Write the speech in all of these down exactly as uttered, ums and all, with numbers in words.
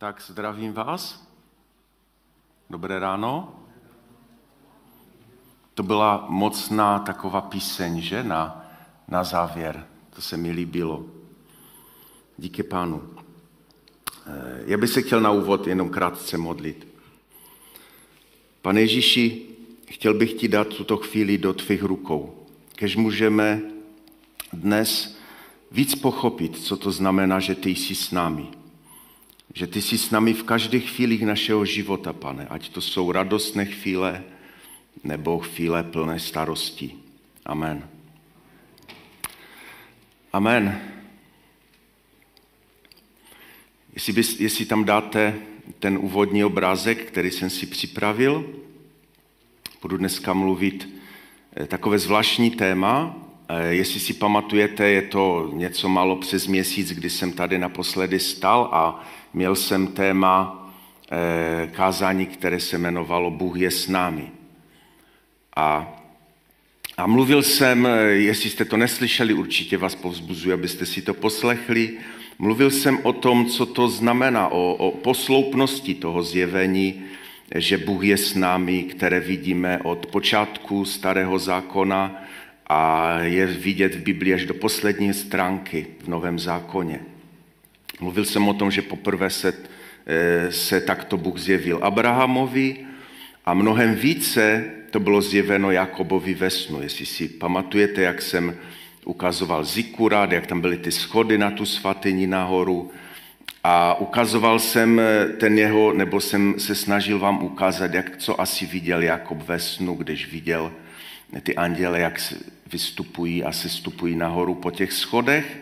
Tak zdravím vás. Dobré ráno. To byla mocná taková píseň, že? Na, na závěr. To se mi líbilo. Díky Pánu. Já bych se chtěl na úvod jenom krátce modlit. Pane Ježíši, chtěl bych ti dát tuto chvíli do tvých rukou. Kež můžeme dnes víc pochopit, co to znamená, že ty jsi s námi. Že ty jsi s námi v každých chvílích našeho života, Pane. Ať to jsou radostné chvíle, nebo chvíle plné starosti. Amen. Amen. Jestli, bys, jestli tam dáte ten úvodní obrázek, který jsem si připravil, budu dneska mluvit takové zvláštní téma. Jestli si pamatujete, je to něco málo přes měsíc, kdy jsem tady naposledy stal a měl jsem téma kázání, které se jmenovalo Bůh je s námi. A, a mluvil jsem, jestli jste to neslyšeli, určitě vás povzbuzuji, abyste si to poslechli. Mluvil jsem o tom, co to znamená, o, o posloupnosti toho zjevení, že Bůh je s námi, které vidíme od počátku Starého zákona a je vidět v Biblii až do poslední stránky v Novém zákoně. Mluvil jsem o tom, že poprvé se, se takto Bůh zjevil Abrahamovi a mnohem více to bylo zjeveno Jakobovi ve snu. Jestli si pamatujete, jak jsem ukazoval zikurat, jak tam byly ty schody na tu svatyni nahoru a ukazoval jsem ten jeho, nebo jsem se snažil vám ukázat, jak, co asi viděl Jakob ve snu, když viděl ty anděle, jak vystupují a sestupují nahoru po těch schodech.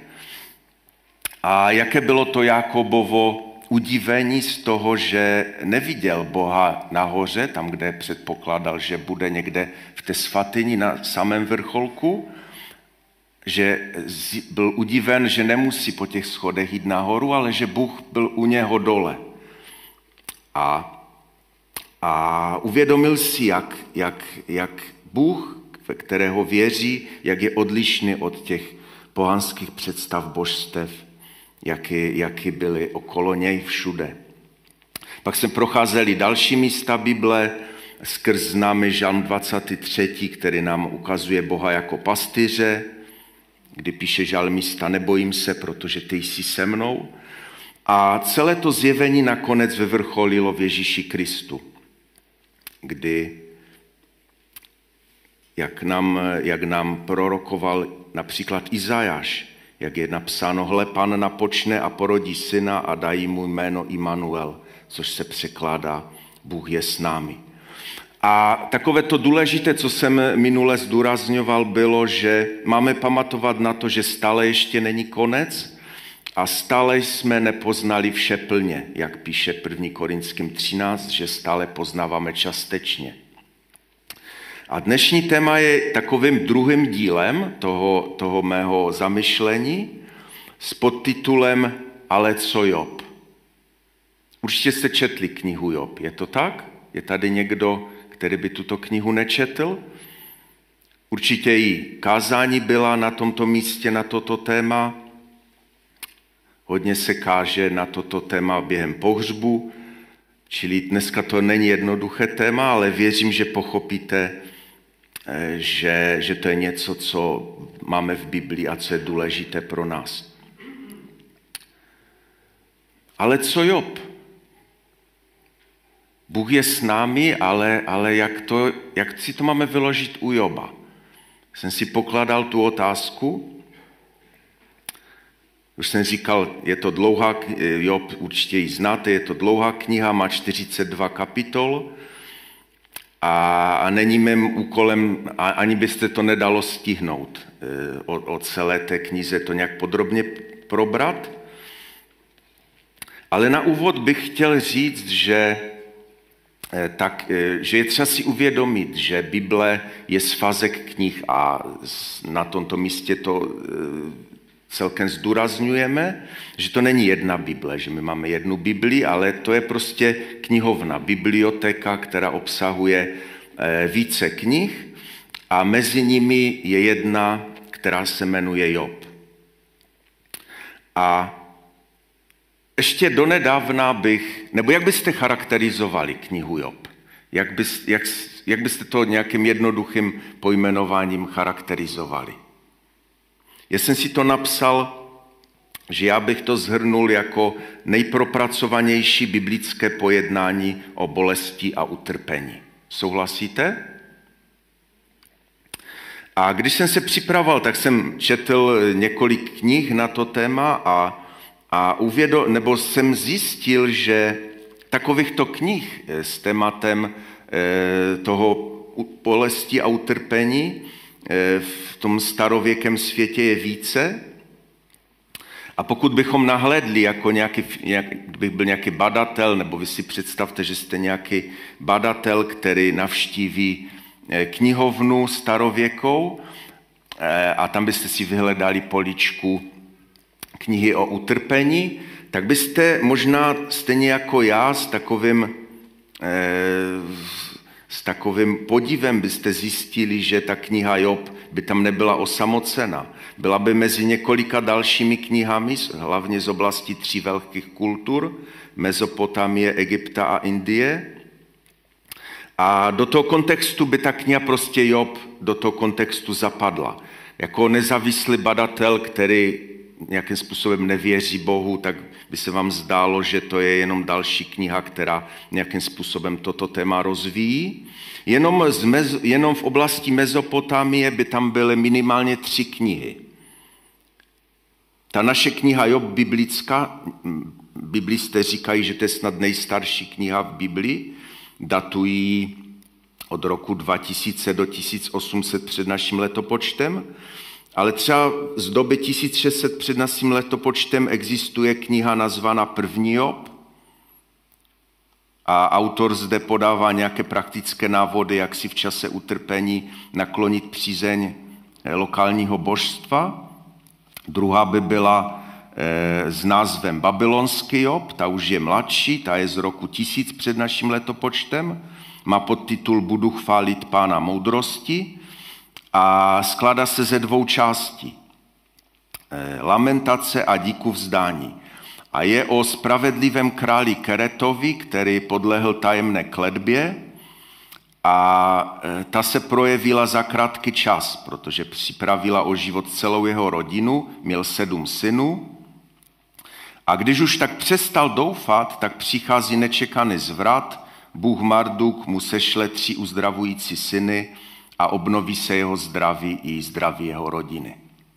A jaké bylo to Jakobovo udivení z toho, že neviděl Boha nahoře, tam, kde předpokládal, že bude někde v té svatyni na samém vrcholku, že byl udiven, že nemusí po těch schodech jít nahoru, ale že Bůh byl u něho dole. A, a uvědomil si, jak, jak, jak Bůh, ve kterého věří, jak je odlišný od těch pohanských představ božstev, jaký, jaký byly okolo něj všude. Pak jsme procházeli další místa Bible, skrz známý Žalm dvacátý třetí, který nám ukazuje Boha jako pastýře, kdy píše žalmista, nebojím se, protože ty jsi se mnou. A celé to zjevení nakonec vyvrcholilo v Ježíši Kristu, kdy, jak nám, jak nám prorokoval například Izajáš, jak je napsáno, hle, Pan napočne a porodí syna a dají mu jméno Immanuel, což se překládá, Bůh je s námi. A takové to důležité, co jsem minule zdůrazňoval, bylo, že máme pamatovat na to, že stále ještě není konec a stále jsme nepoznali vše plně, jak píše první Korinským třináct, že stále poznáváme částečně. A dnešní téma je takovým druhým dílem toho, toho mého zamyšlení s podtitulem Ale co Job? Určitě jste četli knihu Job, je to tak? Je tady někdo, který by tuto knihu nečetl? Určitě i kázání byla na tomto místě, na toto téma. Hodně se káže na toto téma během pohřbu, čili dneska to není jednoduché téma, ale věřím, že pochopíte, že, že to je něco, co máme v Biblii a co je důležité pro nás. Ale co Job? Bůh je s námi, ale, ale jak, to, jak si to máme vyložit u Joba? Jsem si pokládal tu otázku. Už jsem říkal, je to dlouhá, Job určitě ji znáte, je to dlouhá kniha, má čtyřicet dva kapitol a, a není mým úkolem, a, ani byste to nedalo stihnout o, o celé té knize to nějak podrobně probrat. Ale na úvod bych chtěl říct, že tak, že je třeba si uvědomit, že Bible je svazek knih a na tomto místě to celkem zdůrazňujeme, že to není jedna Bible, že my máme jednu Bibli, ale to je prostě knihovna, biblioteka, která obsahuje více knih a mezi nimi je jedna, která se jmenuje Job. A ještě donedávna bych, nebo jak byste charakterizovali knihu Job? Jak, bys, jak, jak byste to nějakým jednoduchým pojmenováním charakterizovali? Já jsem si to napsal, že já bych to shrnul jako nejpropracovanější biblické pojednání o bolesti a utrpení. Souhlasíte? A když jsem se připravoval, tak jsem četl několik knih na to téma a, a uvědom, nebo jsem zjistil, že takovýchto knih s tématem e, toho bolesti a utrpení e, v tom starověkém světě je více. A pokud bychom nahlédli jako nějaký, nějak, kdybych byl nějaký badatel, nebo vy si představte, že jste nějaký badatel, který navštíví knihovnu starověkou a tam byste si vyhledali poličku knihy o utrpení, tak byste možná stejně jako já s takovým, s takovým podivem byste zjistili, že ta kniha Job by tam nebyla osamocena. Byla by mezi několika dalšími knihami, hlavně z oblasti tří velkých kultur, Mezopotámie, Egypta a Indie. A do toho kontextu by ta kniha prostě Job do toho kontextu zapadla. Jako nezávislý badatel, který nějakým způsobem nevěří Bohu, tak by se vám zdálo, že to je jenom další kniha, která nějakým způsobem toto téma rozvíjí. Jenom, z mez, jenom v oblasti Mezopotámie by tam byly minimálně tři knihy. Ta naše kniha Job biblická, biblisté říkají, že to je snad nejstarší kniha v Biblii, datují od roku dva tisíce do tisíc osm set před naším letopočtem, ale třeba z doby tisíc šest set před naším letopočtem existuje kniha nazvaná První Job a autor zde podává nějaké praktické návody, jak si v čase utrpení naklonit přízeň lokálního božstva. Druhá by byla e, s názvem Babylonský Job, ta už je mladší, ta je z roku tisíc před naším letopočtem, má podtitul Budu chválit Pána moudrosti a skládá se ze dvou částí. E, lamentace a díku vzdání. A je o spravedlivém králi Keretovi, který podlehl tajemné kletbě a ta se projevila za krátký čas, protože připravila o život celou jeho rodinu, měl sedm synů. A když už tak přestal doufat, tak přichází nečekaný zvrat, Bůh Marduk mu sešle tři uzdravující syny a obnoví se jeho zdraví i zdraví jeho rodiny.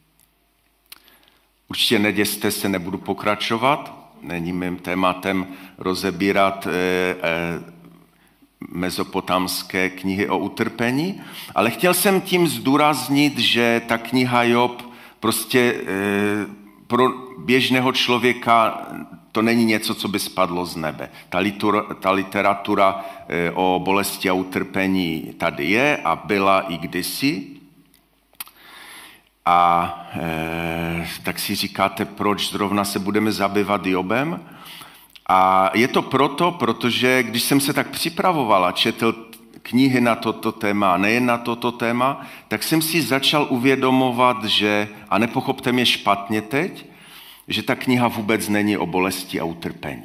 Určitě neděste se, nebudu pokračovat, není mým tématem rozebírat e, e, mezopotamské knihy o utrpení, ale chtěl jsem tím zdůraznit, že ta kniha Job prostě e, pro běžného člověka to není něco, co by spadlo z nebe. Ta, litura, ta literatura e, o bolesti a utrpení tady je a byla i kdysi. A e, tak si říkáte, proč zrovna se budeme zabývat Jobem? A je to proto, protože když jsem se tak připravoval a četl knihy na toto téma, nejen na toto téma, tak jsem si začal uvědomovat, že, a nepochopte mě špatně teď, že ta kniha vůbec není o bolesti a utrpení.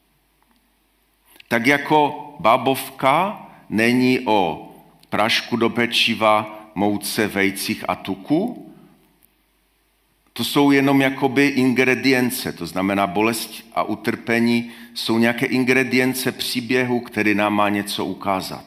Tak jako bábovka není o prášku do pečiva, mouce, vejcích a tuku, to jsou jenom jakoby ingredience, to znamená bolest a utrpení jsou nějaké ingredience příběhu, který nám má něco ukázat.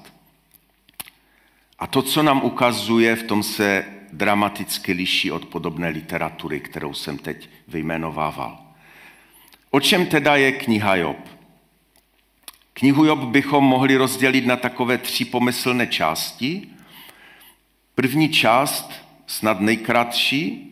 A to, co nám ukazuje, v tom se dramaticky liší od podobné literatury, kterou jsem teď vyjmenovával. O čem teda je kniha Job? Knihu Job bychom mohli rozdělit na takové tři pomyslné části. První část, snad nejkratší,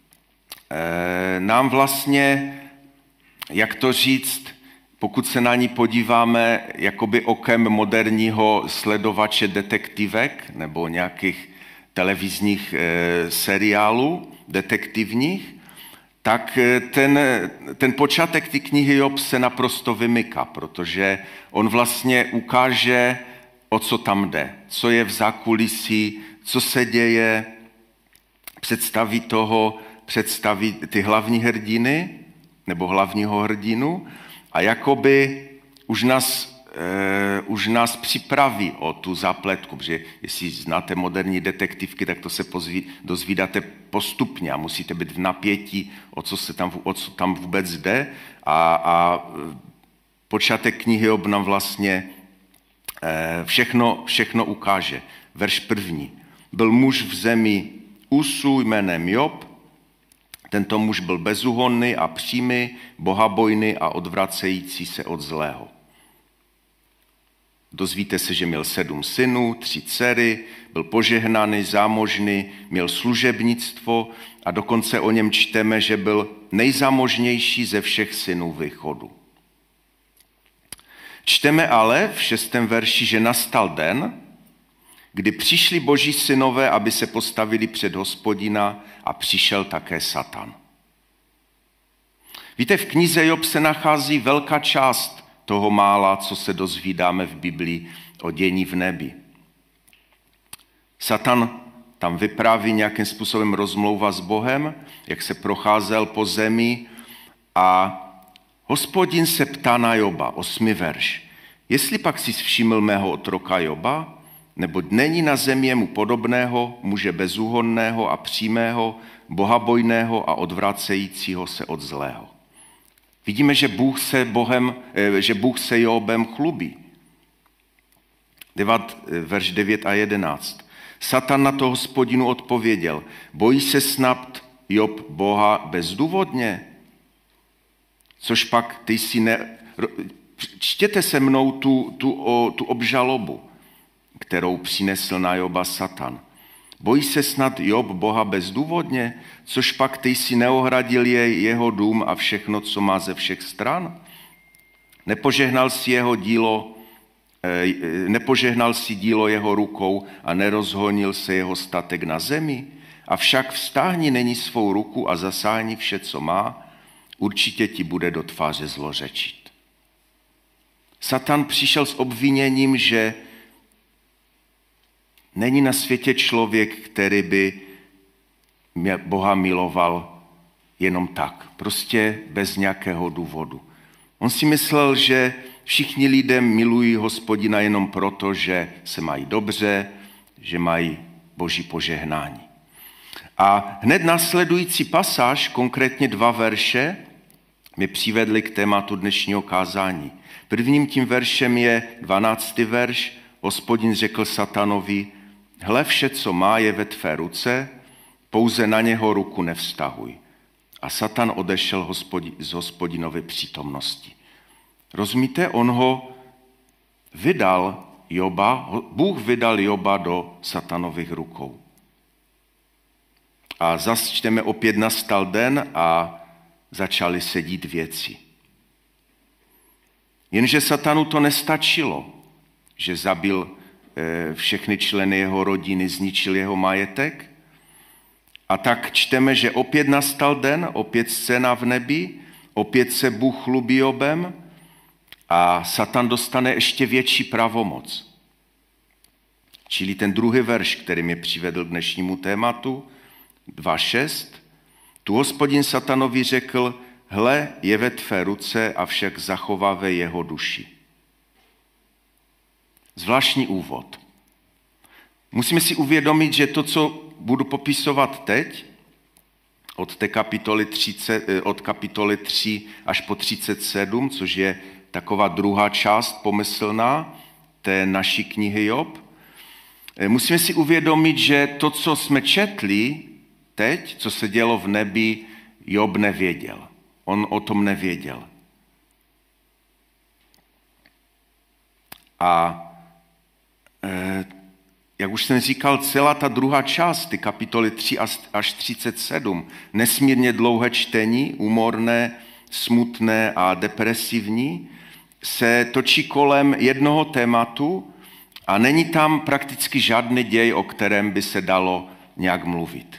nám vlastně, jak to říct, pokud se na ní podíváme jakoby okem moderního sledovače detektivek nebo nějakých televizních e, seriálů detektivních, tak ten, ten počátek té knihy Job se naprosto vymyká, protože on vlastně ukáže, o co tam jde, co je v zákulisí, co se děje, představí toho, představí ty hlavní hrdiny nebo hlavního hrdinu a jakoby už nás, eh, už nás připraví o tu zápletku, protože jestli znáte moderní detektivky, tak to se pozví, dozvídáte postupně a musíte být v napětí, o co, se tam, o co tam vůbec jde a, a počátek knihy Job nám vlastně eh, všechno, všechno ukáže. Verš první. Byl muž v zemi Usu jménem Job. Tento muž byl bezúhonný a přímý, bohabojný a odvracející se od zlého. Dozvíte se, že měl sedm synů, tři dcery, byl požehnaný, zámožný, měl služebnictvo a dokonce o něm čteme, že byl nejzámožnější ze všech synů východu. Čteme ale v šestém verši, že nastal den, kdy přišli boží synové, aby se postavili před Hospodina a přišel také Satan. Víte, v knize Job se nachází velká část toho mála, co se dozvídáme v Biblii o dění v nebi. Satan tam vypráví nějakým způsobem rozmlouva s Bohem, jak se procházel po zemi a Hospodin se ptá na Joba, osmý verš. Jestli pak si všiml mého otroka Joba, neboť není na zemi mu podobného, muže bezúhonného a přímého, bohabojného a odvracejícího se od zlého. Vidíme, že Bůh se, Bohem, že Bůh se Jobem chlubí. Devat, verš devět a jedenáct. Satan na to Hospodinu odpověděl, bojí se snad Job Boha bezdůvodně? Což pak ty si ne... Čtěte se mnou tu, tu, o, tu obžalobu, kterou přinesl na Joba Satan. Bojí se snad Job Boha bezdůvodně, což pak ty si neohradil jej, jeho dům a všechno, co má ze všech stran? Nepožehnal si jeho dílo, nepožehnal si dílo jeho rukou a nerozhonil se jeho statek na zemi? Avšak vztáhni není svou ruku a zasáhni vše, co má, určitě ti bude do tváře zlořečit. Satan přišel s obviněním, že není na světě člověk, který by Boha miloval jenom tak, prostě bez nějakého důvodu. On si myslel, že všichni lidé milují Hospodina jenom proto, že se mají dobře, že mají boží požehnání. A hned následující pasáž, konkrétně dva verše, mě přivedli k tématu dnešního kázání. Prvním tím veršem je dvanáctý verš. Hospodin řekl Satanovi, hle, vše, co má, je ve tvé ruce, pouze na něho ruku nevztahuj. A Satan odešel hospodi, z Hospodinovy přítomnosti. Rozumíte, on ho vydal Joba, Bůh vydal Joba do Satanových rukou. A zas čteme, opět nastal den a začaly se dít věci. Jenže Satanu to nestačilo, že zabil všechny členy jeho rodiny, zničil jeho majetek. A tak čteme, že opět nastal den, opět scéna v nebi, opět se Bůh chlubí Jobem a Satan dostane ještě větší pravomoc. Čili ten druhý verš, který mě přivedl k dnešnímu tématu, dva šest. Tu Hospodin Satanovi řekl, hle, je ve tvé ruce, avšak zachovávej jeho duši. Zvláštní úvod. Musíme si uvědomit, že to, co budu popisovat teď, od té kapitoly, třicet, od kapitoly tři až po třicet sedm, což je taková druhá část pomyslná té naší knihy Job, musíme si uvědomit, že to, co jsme četli teď, co se dělo v nebi, Job nevěděl. On o tom nevěděl. A e, jak už jsem říkal, celá ta druhá část, ty kapitoly tři až třicet sedm, nesmírně dlouhé čtení, úmorné, smutné a depresivní, se točí kolem jednoho tématu a není tam prakticky žádný děj, o kterém by se dalo nějak mluvit.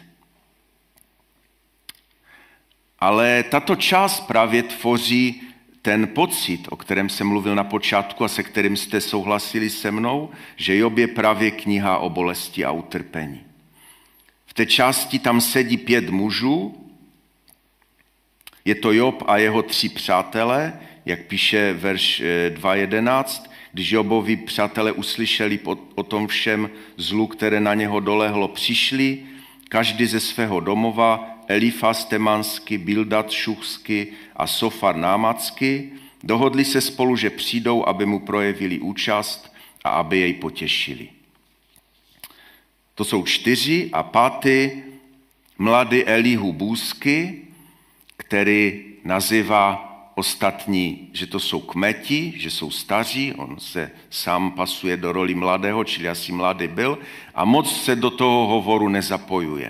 Ale tato část právě tvoří ten pocit, o kterém jsem mluvil na počátku a se kterým jste souhlasili se mnou, že Job je právě kniha o bolesti a utrpení. V té části tam sedí pět mužů, je to Job a jeho tři přátelé, jak píše verš dva jedenáct, když Jobovi přátelé uslyšeli o tom všem zlu, které na něho dolehlo, přišli, každý ze svého domova, Elifas Temansky, Bildad Šuchsky a Sofar Námacky, dohodli se spolu, že přijdou, aby mu projevili účast a aby jej potěšili. To jsou čtyři a pátý mladý Elihu Bůzky, který nazývá ostatní, že to jsou kmeti, že jsou staří, on se sám pasuje do roli mladého, čili asi mladý byl, a moc se do toho hovoru nezapojuje.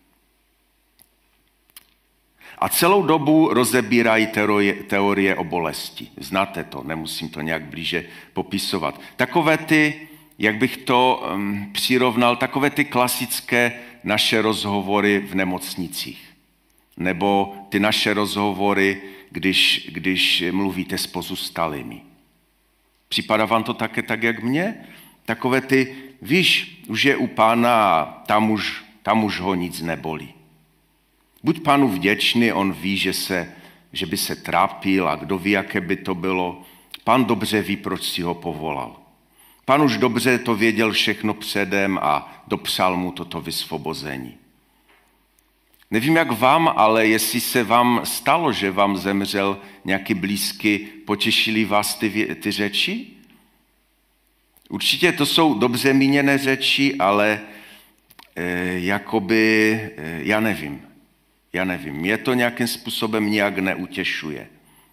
A celou dobu rozebírají teorie, teorie o bolesti. Znáte to, nemusím to nějak blíže popisovat. Takové ty, jak bych to um, přirovnal, takové ty klasické naše rozhovory v nemocnicích. Nebo ty naše rozhovory, když, když mluvíte s pozůstalými. Připadá vám to také tak, jak mně? Takové ty, víš, už je u Pána a tam už, tam už ho nic nebolí. Buď Pánu vděčný, on ví, že, se, že by se trápil a kdo ví, jaké by to bylo. Pán dobře ví, proč si ho povolal. Pán už dobře to věděl všechno předem a dopřál mu toto vysvobození. Nevím, jak vám, ale jestli se vám stalo, že vám zemřel nějaký blízký, potěšili vás ty, ty řeči? Určitě to jsou dobře míněné řeči, ale e, jakoby, e, já nevím, já nevím, mě to nějakým způsobem nějak neutěšuje.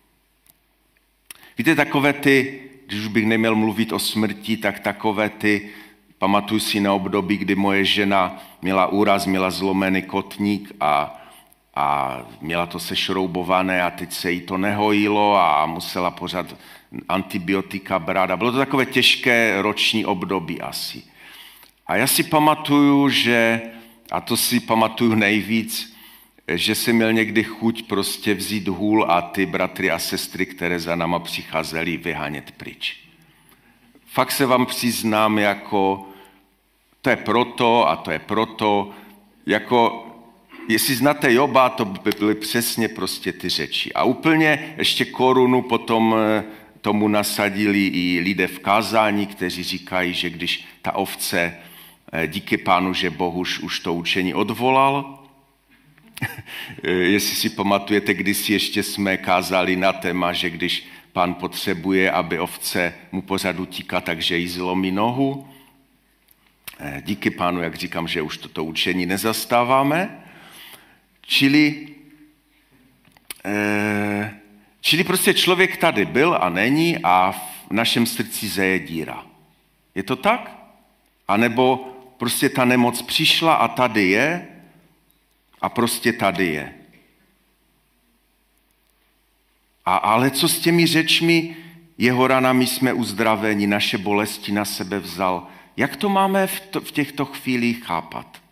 Víte, takové ty, když už bych neměl mluvit o smrti, tak takové ty, pamatuju si na období, kdy moje žena měla úraz, měla zlomený kotník a, a měla to sešroubované a teď se jí to nehojilo a musela pořád antibiotika brát. A bylo to takové těžké roční období asi. A já si pamatuju, že, a to si pamatuju nejvíc, že jsem měl někdy chuť prostě vzít hůl a ty bratry a sestry, které za náma přicházeli, vyhánět pryč. Fakt se vám přiznám, jako to je proto a to je proto, jako jestli znáte Joba, to by byly přesně prostě ty řeči. A úplně ještě korunu potom tomu nasadili i lidé v kázání, kteří říkají, že když ta ovce, díky Pánu, že Boh už, už to učení odvolal, jestli si pamatujete, kdysi ještě jsme kázali na téma, že když Pán potřebuje, aby ovce mu pořád utíká, takže jí zlomí nohu. Díky Pánu, jak říkám, že už toto učení nezastáváme. Čili, eh, čili prostě člověk tady byl a není a v našem srdci zeje díra. Je to tak? A nebo prostě ta nemoc přišla a tady je a prostě tady je. A, ale co s těmi řečmi, jeho ranami jsme uzdraveni, naše bolesti na sebe vzal. Jak to máme v, to, v těchto chvílích chápat?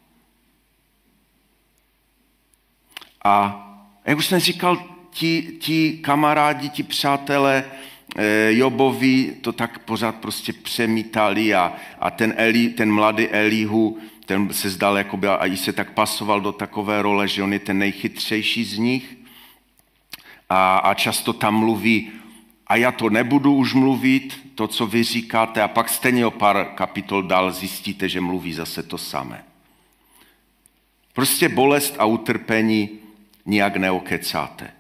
A jak už jsem říkal, ti, ti kamarádi, ti přátelé eh, Jobovi to tak pořád prostě přemítali a, a ten, Eli, ten mladý Elihu, ten se zdal, jakoby, a i se tak pasoval do takové role, že on je ten nejchytřejší z nich. A, a často tam mluví, a já to nebudu už mluvit, to, co vy říkáte, a pak stejně o pár kapitol dál zjistíte, že mluví zase to samé. Prostě bolest a utrpení nijak neokecáte.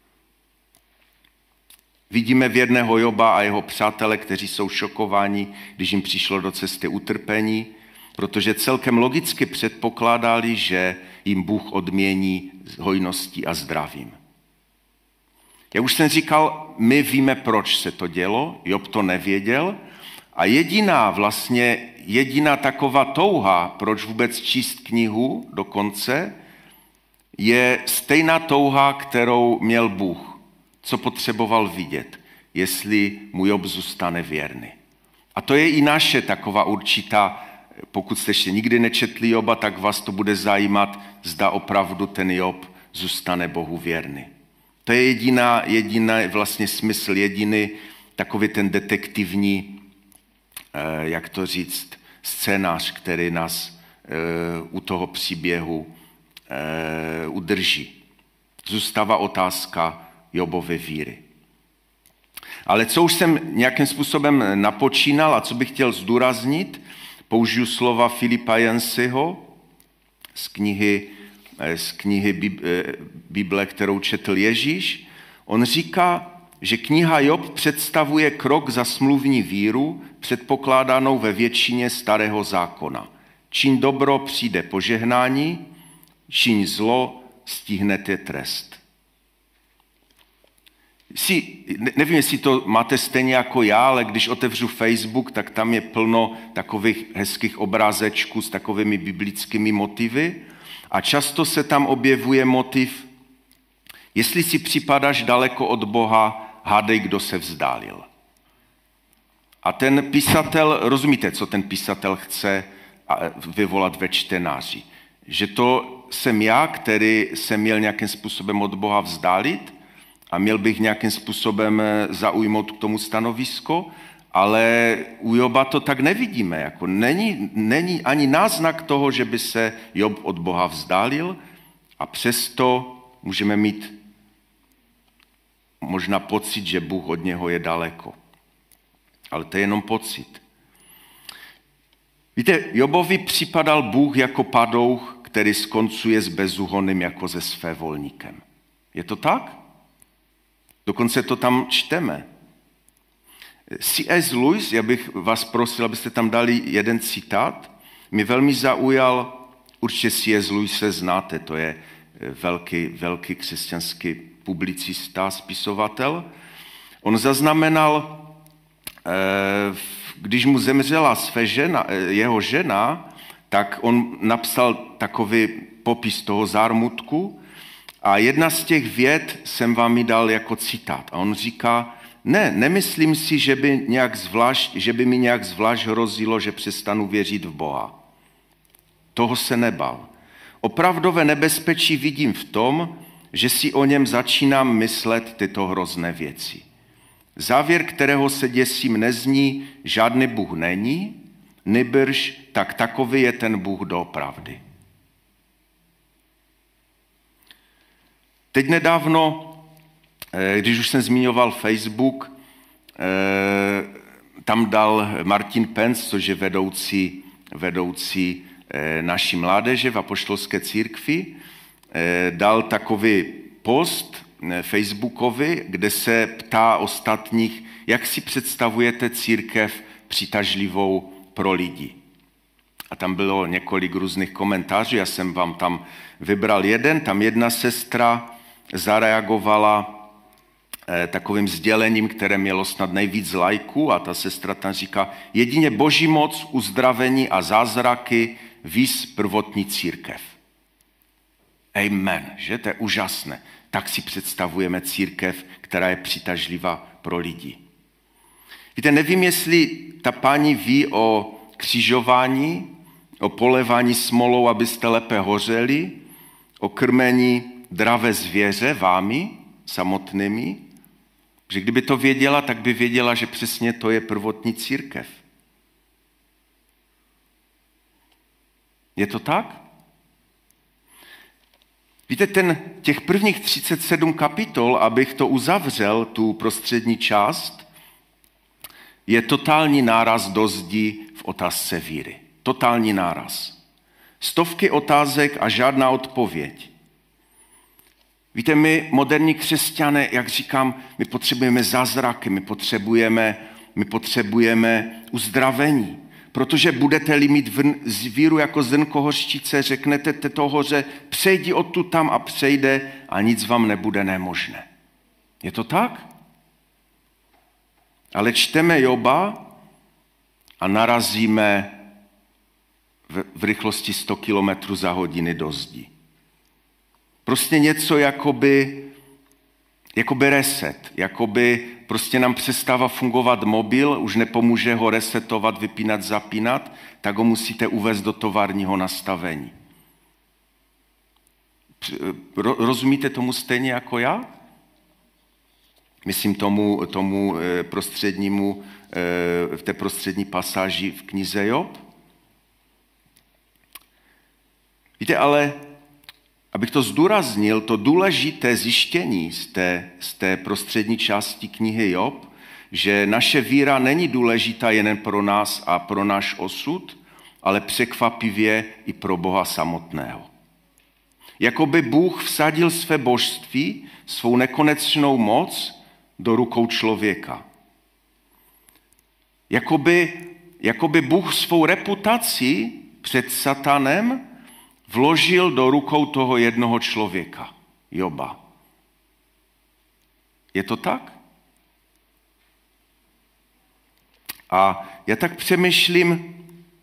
Vidíme věrného Joba a jeho přátele, kteří jsou šokováni, když jim přišlo do cesty utrpení, protože celkem logicky předpokládali, že jim Bůh odmění hojností a zdravím. Jak už jsem říkal, my víme, proč se to dělo, Job to nevěděl a jediná vlastně, jediná taková touha, proč vůbec číst knihu do konce, je stejná touha, kterou měl Bůh, co potřeboval vidět, jestli mu Job zůstane věrný. A to je i naše taková určitá, pokud jste ještě nikdy nečetli Joba, tak vás to bude zajímat, zda opravdu ten Job zůstane Bohu věrný. To je jediná, jediná vlastně smysl, jediný takový ten detektivní, jak to říct, scénář, který nás u toho příběhu udrží. Zůstává otázka Jobovy víry. Ale co už jsem nějakým způsobem napočínal a co bych chtěl zdůraznit, použiju slova Filipa Yanceyho z knihy, z knihy Bible, kterou četl Ježíš. On říká, že kniha Job představuje krok za smluvní víru, předpokládanou ve většině starého zákona. Čiň dobro, přijde požehnání, čiň zlo, stihnete trest. Si, nevím, jestli to máte stejně jako já, ale když otevřu Facebook, tak tam je plno takových hezkých obrázečků s takovými biblickými motivy a často se tam objevuje motiv, jestli si připadáš daleko od Boha, hádej, kdo se vzdálil. A ten písatel, rozumíte, co ten písatel chce vyvolat ve čtenáři? Že to jsem já, který se měl nějakým způsobem od Boha vzdálit a měl bych nějakým způsobem zaujmout k tomu stanovisko, ale u Joba to tak nevidíme. Jako není, není ani náznak toho, že by se Job od Boha vzdálil a přesto můžeme mít možná pocit, že Bůh od něho je daleko. Ale to je jenom pocit. Víte, Jobovi připadal Bůh jako padouch, který skoncuje s bezúhonným jako se svévolníkem. Je to tak? Dokonce to tam čteme. C S Lewis, já bych vás prosil, abyste tam dali jeden citát, mi velmi zaujal, určitě C S Lewis se znáte, to je velký, velký křesťanský publicista, spisovatel. On zaznamenal, když mu zemřela své žena, jeho žena, tak on napsal takový popis toho zármutku a jedna z těch vět jsem vám ji dal jako citát. A on říká, ne, nemyslím si, že by, nějak zvlášť, že by mi nějak zvlášť hrozilo, že přestanu věřit v Boha. Toho se nebal. Opravdové nebezpečí vidím v tom, že si o něm začínám myslet tyto hrozné věci. Závěr, kterého se děsím, nezní, žádný Bůh není, nýbrž tak takový je ten Bůh doopravdy. Teď nedávno, když už jsem zmiňoval Facebook, tam dal Martin Pence, což je vedoucí, vedoucí naší mládeže v apoštolské církvi, dal takový post facebookový, kde se ptá ostatních, jak si představujete církev přitažlivou pro lidi. A tam bylo několik různých komentářů, já jsem vám tam vybral jeden, tam jedna sestra zareagovala eh, takovým sdělením, které mělo snad nejvíc lajků a ta sestra tam říká, jedině boží moc, uzdravení a zázraky, víc prvotní církev. Amen, že? To je úžasné. Tak si představujeme církev, která je přitažlivá pro lidi. Víte, nevím, jestli ta paní ví o křižování, o polevání smolou, abyste lépe hořeli, o krmení dravé zvěře vámi samotnými, že kdyby to věděla, tak by věděla, že přesně to je prvotní církev. Je to tak? Víte, ten, těch prvních třicet sedm kapitol, abych to uzavřel, tu prostřední část, je totální náraz do zdi v otázce víry. Totální náraz. Stovky otázek a žádná odpověď. Víte, my, moderní křesťané, jak říkám, my potřebujeme zázraky, my potřebujeme, my potřebujeme uzdravení. Protože budete-li mít víru jako zrnko hořčice, řeknete této hoře, přejdi odtud tam a přejde a nic vám nebude nemožné. Je to tak? Ale čteme Joba a narazíme v, v rychlosti sto kilometrů za hodiny do zdi. Prostě něco jakoby, jakoby reset, jakoby prostě nám přestává fungovat mobil, už nepomůže ho resetovat, vypínat, zapínat, tak ho musíte uvést do továrního nastavení. Rozumíte tomu stejně jako já? Myslím tomu, tomu prostřednímu, v té prostřední pasáži v knize Job. Víte, ale abych to zdůraznil, to důležité zjištění z té, z té prostřední části knihy Job že naše víra není důležitá jen pro nás a pro náš osud, ale překvapivě i pro Boha samotného. Jakoby Bůh vsadil své božství, svou nekonečnou moc do rukou člověka. Jakoby, jakoby Bůh svou reputaci před satanem vložil do rukou toho jednoho člověka, Joba. Je to tak? A já tak přemýšlím,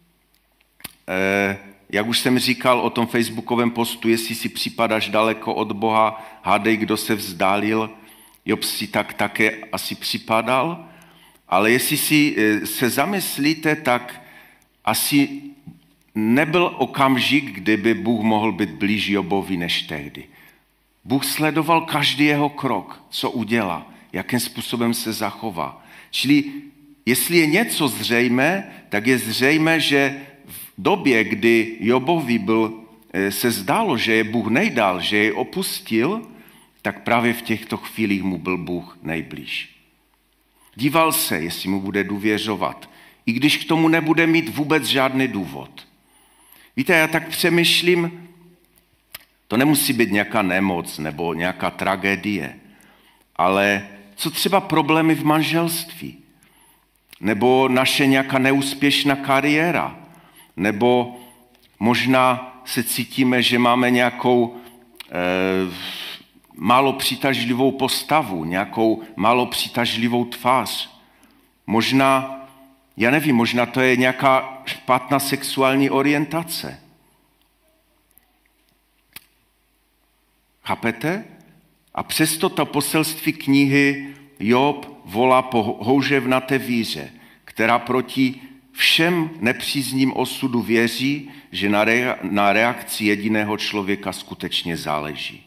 eh, jak už jsem říkal o tom facebookovém postu, jestli si připadáš daleko od Boha, hádej, kdo se vzdálil, Job si tak také asi připadal, ale jestli si se zamyslíte, tak asi nebyl okamžik, kdyby Bůh mohl být blíž Jobovi než tehdy. Bůh sledoval každý jeho krok, co udělá, jakým způsobem se zachová. Čili jestli je něco zřejmé, tak je zřejmé, že v době, kdy Jobovi byl, se zdálo, že je Bůh nejdál, že je opustil, tak právě v těchto chvílích mu byl Bůh nejblíž. Díval se, jestli mu bude důvěřovat, i když k tomu nebude mít vůbec žádný důvod. Víte, já tak přemýšlím, to nemusí být nějaká nemoc nebo nějaká tragédie, ale co třeba problémy v manželství, nebo naše nějaká neúspěšná kariéra, nebo možná se cítíme, že máme nějakou eh, málo přitažlivou postavu, nějakou málo přitažlivou tvář. Možná, já nevím, možná to je nějaká špatná sexuální orientace. Chápete? A přesto to poselství knihy Job volá po houževnaté víře, která proti všem nepřízním osudu věří, že na reakci jediného člověka skutečně záleží.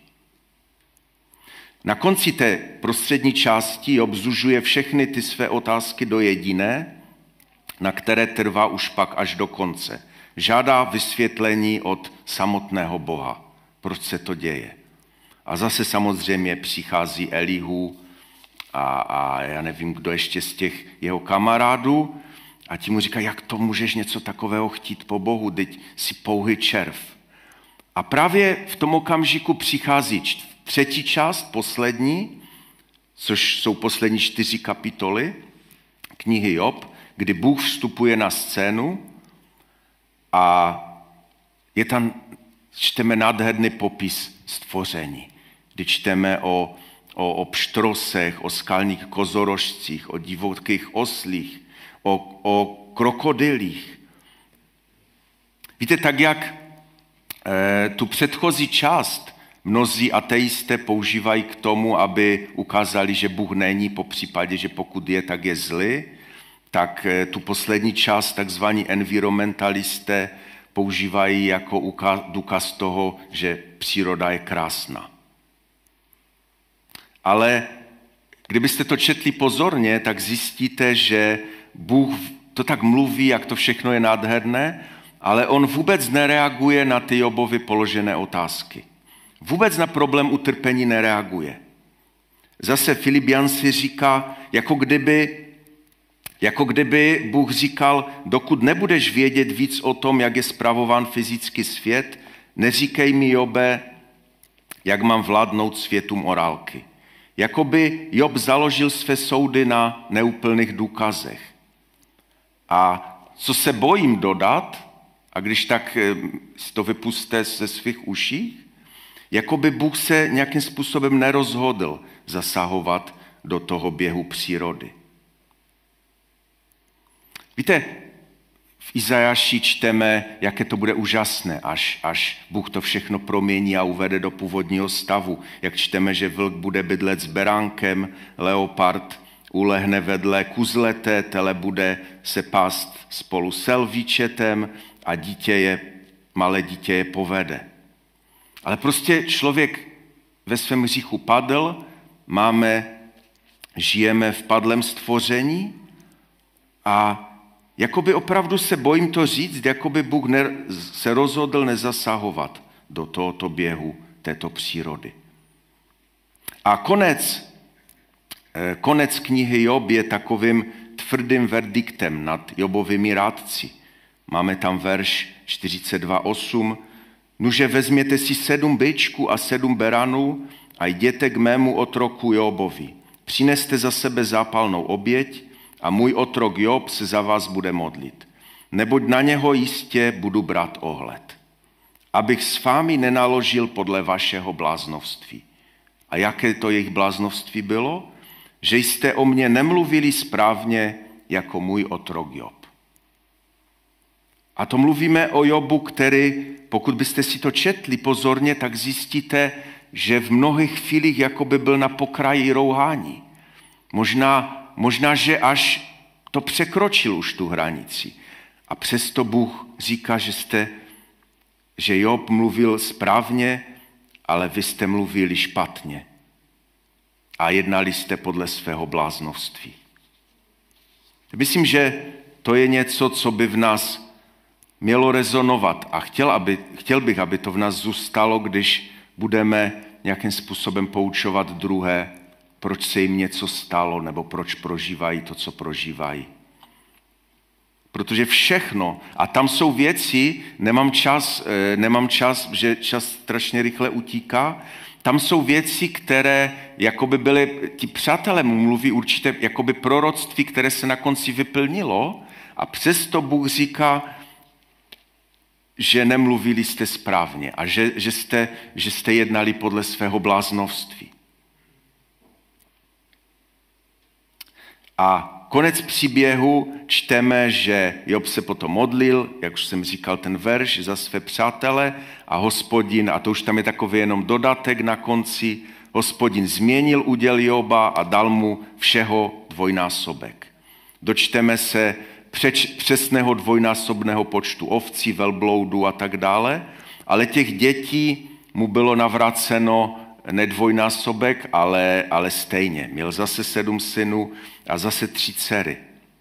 Na konci té prostřední části Job zužuje všechny ty své otázky do jediné, na které trvá už pak až do konce. Žádá vysvětlení od samotného Boha, proč se to děje. A zase samozřejmě přichází Elihu a, a já nevím, kdo ještě z těch jeho kamarádů a ti mu říká, jak to můžeš něco takového chtít po Bohu, teď si pouhý červ. A právě v tom okamžiku přichází třetí část, poslední, což jsou poslední čtyři kapitoly knihy Job, kdy Bůh vstupuje na scénu a je tam, čteme nádherný popis stvoření, kdy čteme o, o, o pštrosech, o skalních kozorožcích, o divokých oslích, o, o krokodylích. Víte, tak jak e, tu předchozí část mnozí ateisté používají k tomu, aby ukázali, že Bůh není, po případě, že pokud je, tak je zlý, tak e, tu poslední část takzvaní environmentalisté používají jako důkaz toho, že příroda je krásná. Ale kdybyste to četli pozorně, tak zjistíte, že Bůh to tak mluví, jak to všechno je nádherné, ale on vůbec nereaguje na ty Jobovy položené otázky. Vůbec na problém utrpení nereaguje. Zase Filip Jan si říká, jako kdyby, jako kdyby Bůh říkal, dokud nebudeš vědět víc o tom, jak je spravován fyzický svět, neříkej mi, Jobe, jak mám vládnout světu morálky. Jakoby Job založil své soudy na neúplných důkazech. A co se bojím dodat, a když tak si to vypuste ze svých uší, jakoby Bůh se nějakým způsobem nerozhodl zasahovat do toho běhu přírody. Víte, v Izajáši čteme, jaké to bude úžasné, až, až Bůh to všechno promění a uvede do původního stavu. Jak čteme, že vlk bude bydlet s beránkem, leopard ulehne vedle kuzlete, tele bude se pást spolu s lvíčetem a dítě je, malé dítě je povede. Ale prostě člověk ve svém hříchu padl, máme, žijeme v padlém stvoření a jakoby opravdu se bojím to říct, jakoby Bůh ne, se rozhodl nezasahovat do tohoto běhu této přírody. A konec Konec knihy Job je takovým tvrdým verdiktem nad Jobovými rádci. Máme tam verš čtyřicet dva osm. Nuže vezměte si sedm bejčků a sedm beranů a jděte k mému otroku Jobovi. Přineste za sebe zápalnou oběť a můj otrok Job se za vás bude modlit. Neboť na něho jistě budu brát ohled. Abych s vámi nenaložil podle vašeho bláznovství. A jaké to jejich bláznovství bylo? Že jste o mně nemluvili správně jako můj otrok Job. A to mluvíme o Jobu, který, pokud byste si to četli pozorně, tak zjistíte, že v mnohých chvílích jakoby byl na pokraji rouhání. Možná, možná, že až to překročil už tu hranici. A přesto Bůh říká, že, jste, že Job mluvil správně, ale vy jste mluvili špatně. A jednali jste podle svého bláznovství. Myslím, že to je něco, co by v nás mělo rezonovat. A chtěl, aby, chtěl bych, aby to v nás zůstalo, když budeme nějakým způsobem poučovat druhé, proč se jim něco stalo, nebo proč prožívají to, co prožívají. Protože všechno, a tam jsou věci, nemám čas, nemám čas, že čas strašně rychle utíká, tam jsou věci, které jakoby byly, ti přátelé mu mluví určité jakoby proroctví, které se na konci vyplnilo a přesto Bůh říká, že nemluvili jste správně a že, že, jste, že jste jednali podle svého bláznovství. A konec příběhu čteme, že Job se potom modlil, jak už jsem říkal ten verš, za své přátele a Hospodin, a to už tam je takový jenom dodatek na konci, Hospodin změnil úděl Joba a dal mu všeho dvojnásobek. Dočteme se přeč, přesného dvojnásobného počtu ovcí, velbloudů a tak dále, ale těch dětí mu bylo navráceno ne dvojnásobek, ale, ale stejně. Měl zase sedm synů a zase tři dcery.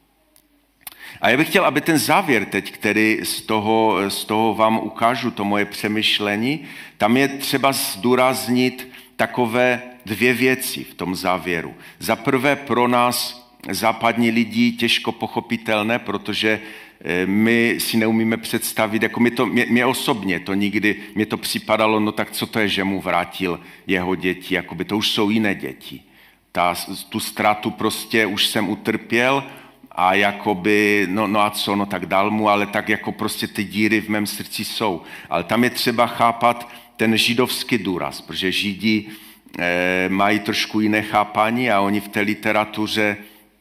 A já bych chtěl, aby ten závěr teď, který z toho, z toho vám ukážu, to moje přemýšlení, tam je třeba zdůraznit takové dvě věci v tom závěru. Za prvé pro nás západní lidi těžko pochopitelné, protože my si neumíme představit, jako mě, to, mě, mě osobně to nikdy, mě to připadalo, no tak co to je, že mu vrátil jeho děti, jakoby to už jsou jiné děti. Ta, tu ztrátu prostě už jsem utrpěl a jakoby, no, no a co, no tak dal mu, ale tak jako prostě ty díry v mém srdci jsou. Ale tam je třeba chápat ten židovský důraz, protože Židi eh, mají trošku jiné chápání a oni v té literatuře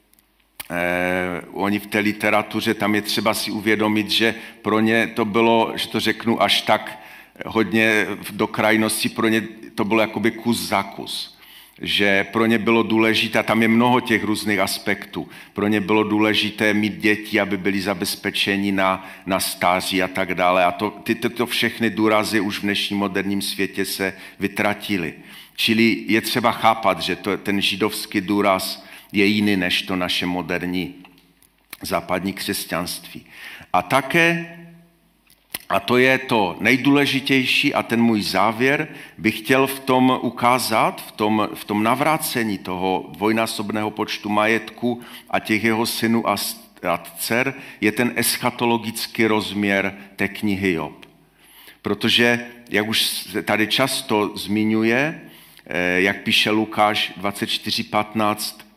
Eh, oni v té literatuře, tam je třeba si uvědomit, že pro ně to bylo, že to řeknu až tak hodně do krajnosti, pro ně to bylo jakoby kus za kus. Že pro ně bylo důležité, a tam je mnoho těch různých aspektů, pro ně bylo důležité mít děti, aby byli zabezpečeni na, na stáří a tak dále. A to, ty, tyto všechny důrazy už v dnešním moderním světě se vytratily. Čili je třeba chápat, že to, ten židovský důraz je jiný než to naše moderní západní křesťanství. A také, a to je to nejdůležitější a ten můj závěr, bych chtěl v tom ukázat, v tom, v tom navrácení toho dvojnásobného počtu majetku a těch jeho synů a dcer, je ten eschatologický rozměr té knihy Job. Protože, jak už tady často zmiňuje, jak píše Lukáš dvacet čtyři patnáct,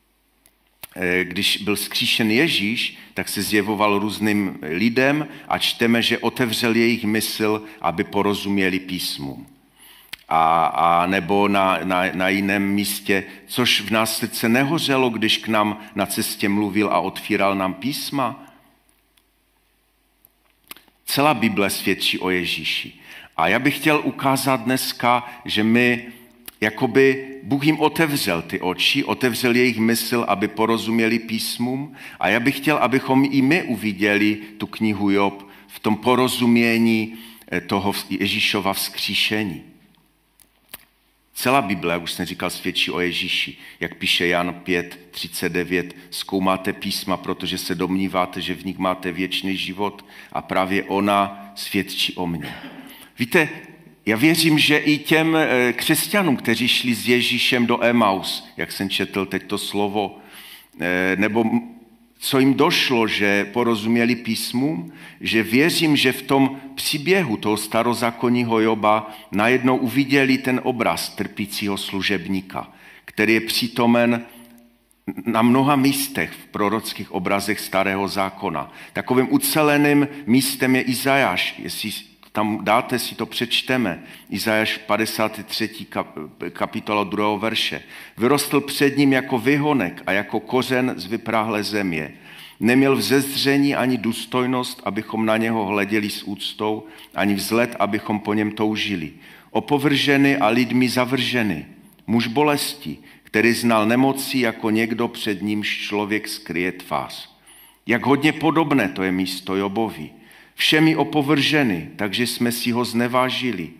když byl vzkříšen Ježíš, tak se zjevoval různým lidem a čteme, že otevřel jejich mysl, aby porozuměli písmům. A, a nebo na, na, na jiném místě, což v nás srdce nehořelo, když k nám na cestě mluvil a otvíral nám písma. Celá Bible svědčí o Ježíši. A já bych chtěl ukázat dneska, že my jakoby Bůh jim otevřel ty oči, otevřel jejich mysl, aby porozuměli písmům a já bych chtěl, abychom i my uviděli tu knihu Job v tom porozumění toho Ježíšova vzkříšení. Celá Bible, jak už jsem říkal, svědčí o Ježíši. Jak píše Jan pět třicet devět, zkoumáte písma, protože se domníváte, že v nich máte věčný život a právě ona svědčí o mně. Víte, Já věřím, že i těm křesťanům, kteří šli s Ježíšem do Emaus, jak jsem četl teď to slovo, nebo co jim došlo, že porozuměli písmům, že věřím, že v tom příběhu toho starozákonního Joba najednou uviděli ten obraz trpícího služebníka, který je přítomen na mnoha místech v prorockých obrazech Starého zákona. Takovým uceleným místem je Izajáš. Jestli tam dáte, si to přečteme. Izajáš padesátá třetí kapitola druhého verše. Vyrostl před ním jako vyhonek a jako kořen z vypráhlé země. Neměl vzezření ani důstojnost, abychom na něho hleděli s úctou, ani vzhled, abychom po něm toužili. Opovržený a lidmi zavržený. Muž bolesti, který znal nemoci jako někdo, před nímž člověk skryje tvář. Jak hodně podobné to je místo Jobovi. Všemi opovrženy, takže jsme si ho znevážili.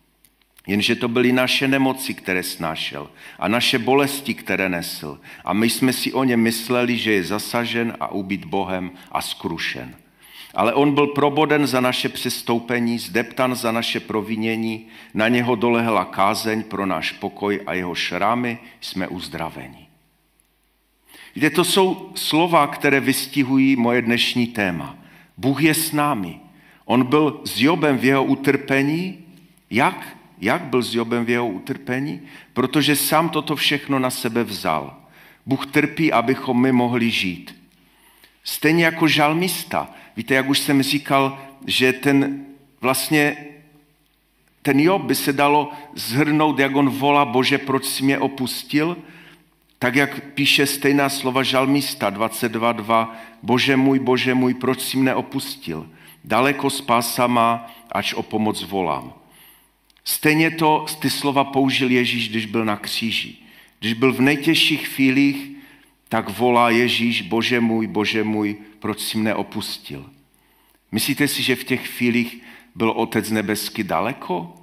Jenže to byly naše nemoci, které snášel, a naše bolesti, které nesl. A my jsme si o něm mysleli, že je zasažen a ubit Bohem a skrušen. Ale on byl proboden za naše přestoupení, zdeptan za naše provinění, na něho dolehla kázeň pro náš pokoj a jeho šrámy jsme uzdraveni. Víte, to jsou slova, které vystihují moje dnešní téma. Bůh je s námi. On byl s Jobem v jeho utrpení. Jak? Jak byl s Jobem v jeho utrpení? Protože sám toto všechno na sebe vzal. Bůh trpí, abychom my mohli žít. Stejně jako žalmista. Víte, jak už jsem říkal, že ten vlastně ten Job by se dalo shrnout, jak on volá: Bože, proč jsi mě opustil? Tak jak píše stejná slova žalmista dvacet dva dva. Bože můj, Bože můj, proč jsi mě opustil? Daleko spása má, ač o pomoc volám. Stejně to ty slova použil Ježíš, když byl na kříži. Když byl v nejtěžších chvílích, tak volá Ježíš: Bože můj, Bože můj, proč jsi mě opustil? Myslíte si, že v těch chvílích byl Otec nebeský daleko?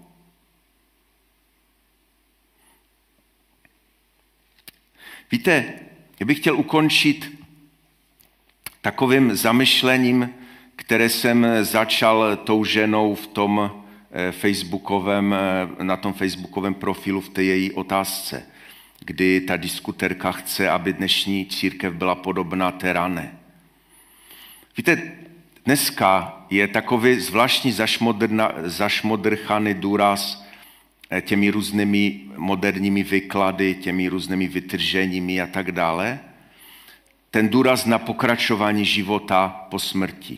Víte, já bych chtěl ukončit takovým zamyšlením, které jsem začal tou ženou v tom facebookovém, na tom facebookovém profilu v té její otázce, kdy ta diskuterka chce, aby dnešní církev byla podobná té rané. Víte, dneska je takový zvláštní zašmodrchaný důraz těmi různými moderními výklady, těmi různými vytrženími a tak dále. Ten důraz na pokračování života po smrti.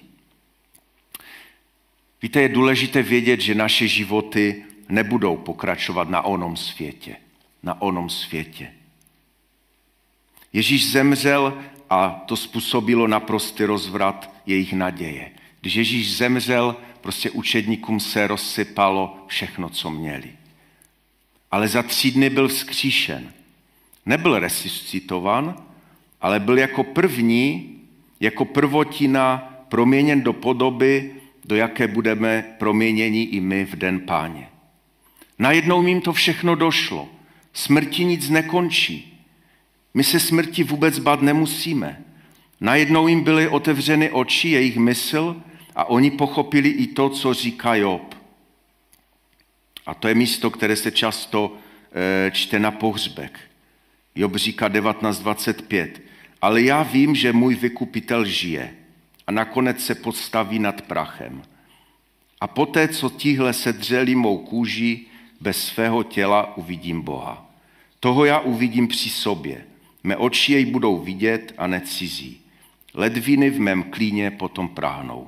Víte, je důležité vědět, že naše životy nebudou pokračovat na onom světě. Na onom světě. Ježíš zemřel a to způsobilo naprostý rozvrat jejich naděje. Když Ježíš zemřel, prostě učedníkům se rozsypalo všechno, co měli. Ale za tři dny byl vzkříšen. Nebyl resuscitovan, ale byl jako první, jako prvotina proměněn do podoby, do jaké budeme proměněni i my v den Páně. Najednou jim to všechno došlo. Smrti nic nekončí. My se smrti vůbec bát nemusíme. Najednou jim byly otevřeny oči, jejich mysl, a oni pochopili i to, co říká Job. A to je místo, které se často e, čte na pohřbech. Job říká devatenáct dvacet pět. Ale já vím, že můj vykupitel žije a nakonec se postaví nad prachem. A poté, co tíhle sedřeli mou kůži, bez svého těla uvidím Boha. Toho já uvidím při sobě. Mé oči jej budou vidět a necizí. Ledviny v mém klíně potom práhnou.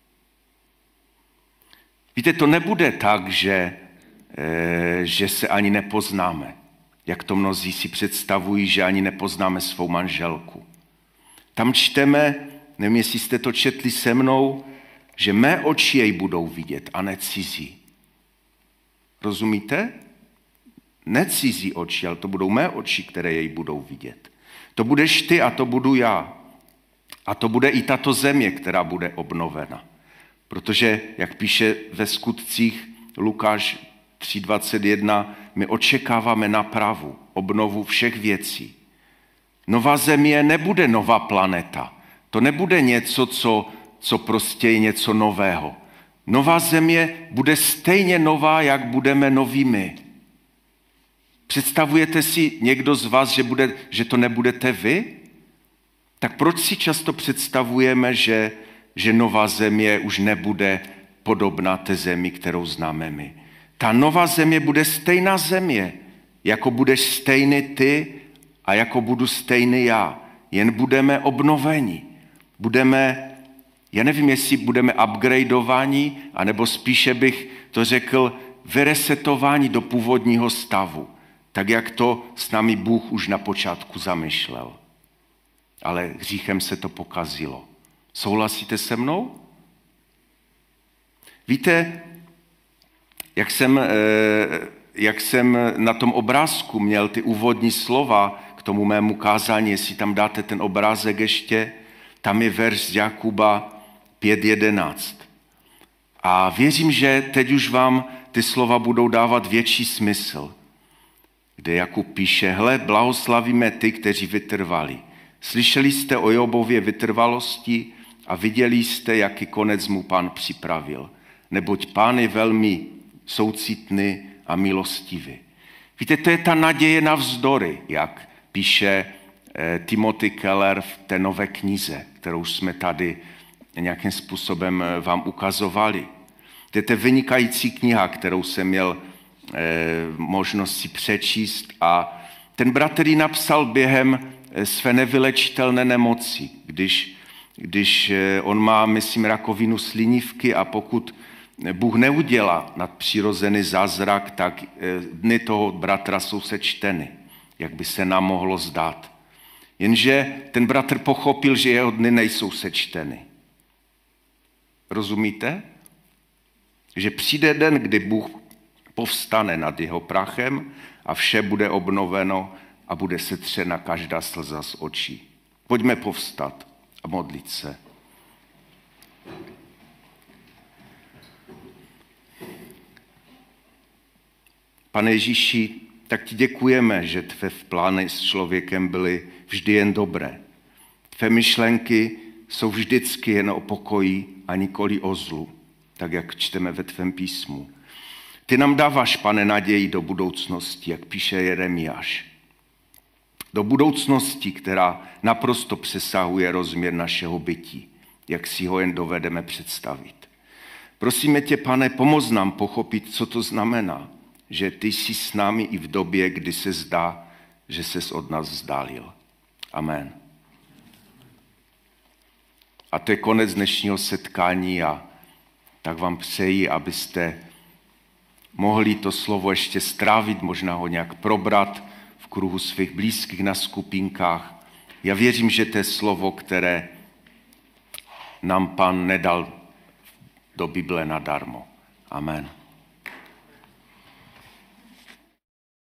Víte, to nebude tak, že, e, že se ani nepoznáme. Jak to mnozí si představují, že ani nepoznáme svou manželku. Tam čteme, nevím, jestli jste to četli se mnou, že mé oči jej budou vidět a necizí. Rozumíte? Necizí oči, ale to budou mé oči, které jej budou vidět. To budeš ty a to budu já. A to bude i tato země, která bude obnovena. Protože, jak píše ve skutcích Lukáš tři dvacet jedna, my očekáváme napravu, obnovu všech věcí. Nová země nebude nová planeta. To nebude něco, co, co prostě je něco nového. Nová země bude stejně nová, jak budeme noví my. Představujete si někdo z vás, že, bude, že to nebudete vy? Tak proč si často představujeme, že, že nová země už nebude podobná té zemi, kterou známe my? Ta nová země bude stejná země, jako budeš stejný ty a jako budu stejný já. Jen budeme obnoveni. Budeme, já nevím, jestli budeme upgradeováni, anebo spíše bych to řekl, vyresetováni do původního stavu. Tak, jak to s námi Bůh už na počátku zamýšlel. Ale hříchem se to pokazilo. Souhlasíte se mnou? Víte, jak jsem, jak jsem na tom obrázku měl ty úvodní slova k tomu mému kázání, jestli tam dáte ten obrázek ještě, tam je verš z Jakuba pět jedenáct. A věřím, že teď už vám ty slova budou dávat větší smysl, kde Jakub píše, hle, blahoslavíme ty, kteří vytrvali. Slyšeli jste o Jobově vytrvalosti a viděli jste, jaký konec mu Pán připravil. Neboť Pán je velmi soucitný a milostivý. Víte, to je ta naděje navzdory, jak píše eh, Timothy Keller v té nové knize, kterou jsme tady nějakým způsobem vám ukazovali. To je ta vynikající kniha, kterou jsem měl eh, možnost si přečíst a ten bratr ji napsal během své nevylečitelné nemoci, když, když on má, myslím, rakovinu slinivky a pokud Bůh neudělá nadpřirozený zázrak, tak dny toho bratra jsou sečteny, jak by se nám mohlo zdát. Jenže ten bratr pochopil, že jeho dny nejsou sečteny. Rozumíte? Že přijde den, kdy Bůh povstane nad jeho prachem a vše bude obnoveno a bude setřena každá slza z očí. Pojďme povstat a modlit se. Pane Ježíši, tak ti děkujeme, že tvé plány s člověkem byly vždy jen dobré. Tvé myšlenky jsou vždycky jen o pokoji a nikoli o zlu, tak jak čteme ve tvém písmu. Ty nám dáváš, Pane, naději do budoucnosti, jak píše Jeremiáš. Do budoucnosti, která naprosto přesahuje rozměr našeho bytí, jak si ho jen dovedeme představit. Prosíme tě, Pane, pomoz nám pochopit, co to znamená, že ty jsi s námi i v době, kdy se zdá, že ses od nás vzdálil. Amen. A to je konec dnešního setkání a tak vám přeji, abyste mohli to slovo ještě strávit, možná ho nějak probrat v kruhu svých blízkých na skupinkách. Já věřím, že to je slovo, které nám Pán nedal do Bible nadarmo. Amen.